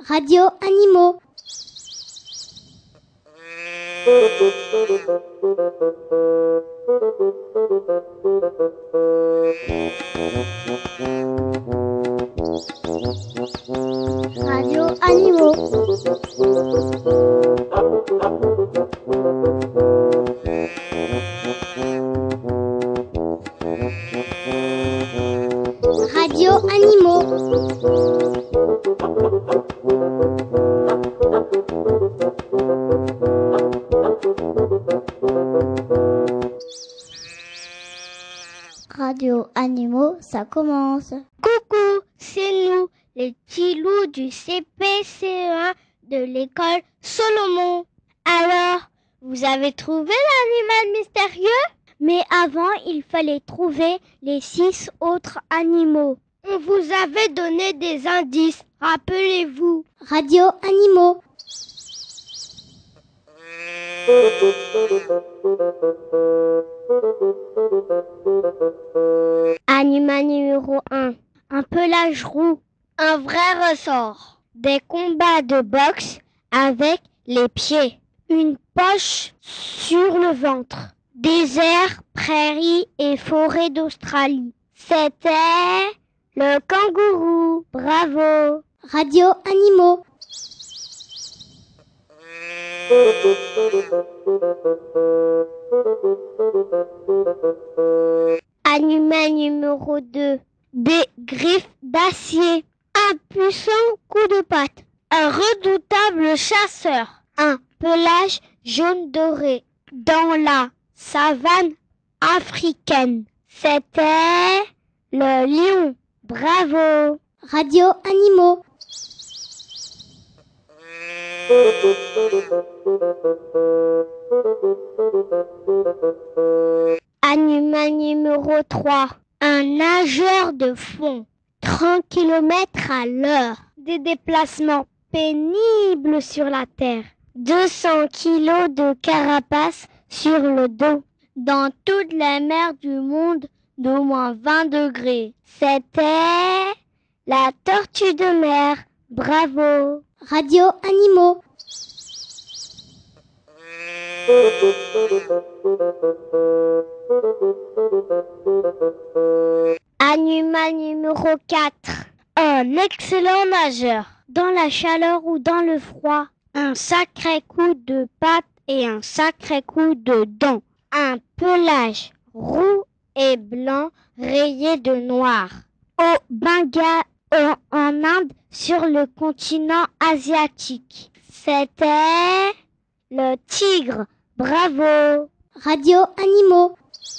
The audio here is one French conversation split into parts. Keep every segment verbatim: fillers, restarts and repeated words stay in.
Radio Animaux. Radio Animaux. Radio Animaux. Radio Animaux, ça commence. Coucou, c'est nous, les petits loups du C P C E un de l'école Solomon. Alors, vous avez trouvé l'animal mystérieux? Mais avant, il fallait trouver les six autres animaux. On vous avait donné des indices, rappelez-vous. Radio Animaux. Animal numéro un. Un pelage roux. Un vrai ressort. Des combats de boxe avec les pieds. Une poche sur le ventre. Désert, prairies et forêts d'Australie. C'était le kangourou. Bravo. Radio Animaux. Animal numéro deux. Des griffes d'acier. Un puissant coup de patte. Un redoutable chasseur. Un pelage jaune doré. Dans la savane africaine. C'était le lion. Bravo. Radio Animaux. Animal numéro trois. Un nageur de fond. trente kilomètres à l'heure. Des déplacements pénibles sur la terre. deux cents kilos de carapace sur le dos. Dans toutes les mers du monde d'au moins vingt degrés. C'était la tortue de mer. Bravo. Radio Animaux. Animal numéro quatre. Un excellent nageur. Dans la chaleur ou dans le froid. Un sacré coup de patte et un sacré coup de dent. Un pelage roux et blanc rayé de noir. Au Bengale, en, en Inde, sur le continent asiatique. C'était le tigre. Bravo. Radio Animaux.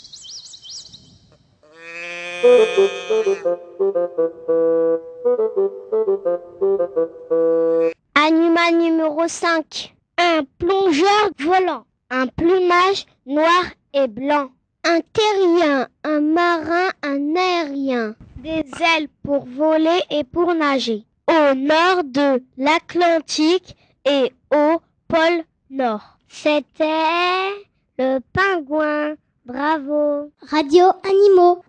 Animal numéro cinq. Un plongeur volant. Un plumage noir et blanc. Un terrien, un marin, un aérien. Des ailes pour voler et pour nager. Au nord de l'Atlantique et au pôle Nord. C'était le pingouin. Bravo. Radio Animaux.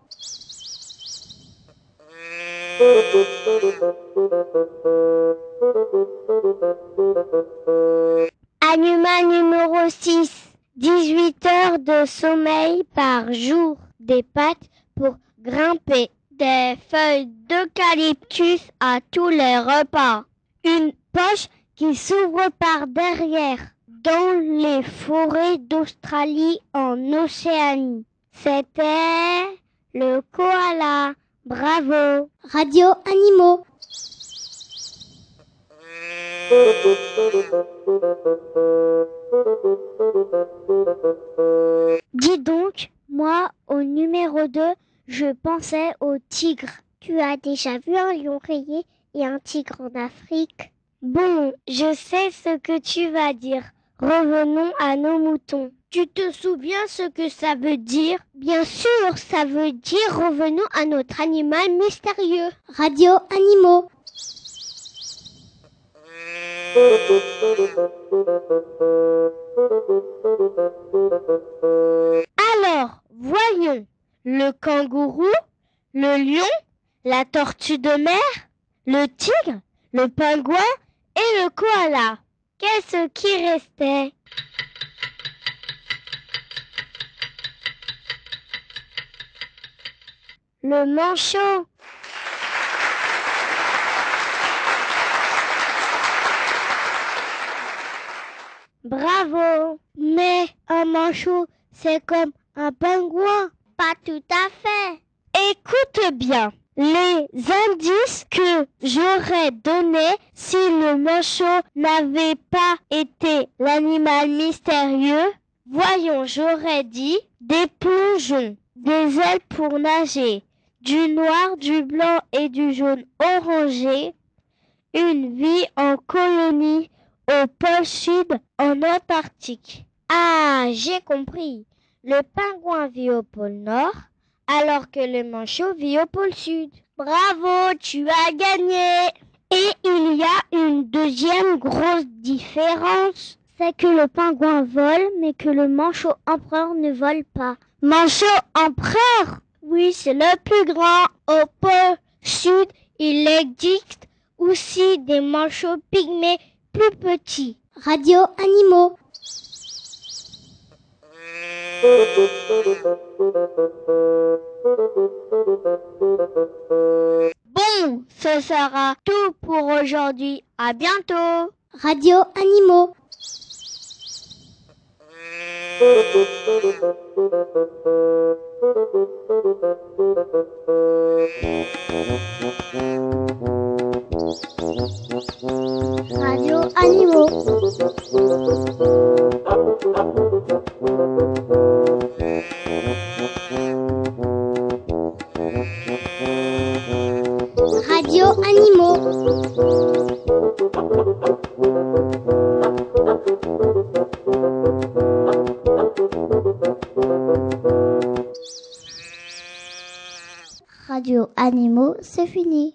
Animal numéro six. dix-huit heures de sommeil par jour. Des pattes pour grimper. Des feuilles d'eucalyptus à tous les repas. Une poche qui s'ouvre par derrière. Dans les forêts d'Australie en Océanie. C'était le koala. Bravo. Radio Animaux. Dis donc, moi, au numéro deux, je pensais au tigre. Tu as déjà vu un lion rayé et un tigre en Afrique? Bon, je sais ce que tu vas dire. Revenons à nos moutons. Tu te souviens ce que ça veut dire? Bien sûr, ça veut dire revenons à notre animal mystérieux. Radio Animaux. Alors, voyons. Le kangourou, le lion, la tortue de mer, le tigre, le pingouin le koala. Qu'est-ce qui restait? Le manchot. Bravo! Mais un manchot, c'est comme un pingouin. Pas tout à fait. Écoute bien. Les indices que j'aurais donnés si le manchot n'avait pas été l'animal mystérieux. Voyons, j'aurais dit des plongeons, des ailes pour nager, du noir, du blanc et du jaune orangé, une vie en colonie au pôle sud en Antarctique. Ah, j'ai compris. Le pingouin vit au pôle nord, alors que le manchot vit au pôle sud. Bravo, tu as gagné. Et il y a une deuxième grosse différence. C'est que le pingouin vole, mais que le manchot empereur ne vole pas. Manchot empereur? Oui, c'est le plus grand. Au pôle sud, il existe aussi des manchots pygmées plus petits. Radio Animaux. Bon, ce sera tout pour aujourd'hui. À bientôt. Radio Animaux. Radio Animaux. Radio Animaux. Radio Animaux, c'est fini.